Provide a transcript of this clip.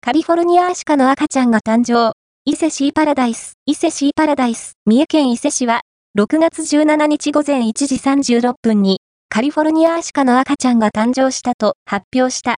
カリフォルニアアシカの赤ちゃんが誕生。伊勢シーパラダイス。三重県伊勢市は、6月17日午前1時36分に、カリフォルニアアシカの赤ちゃんが誕生したと発表した。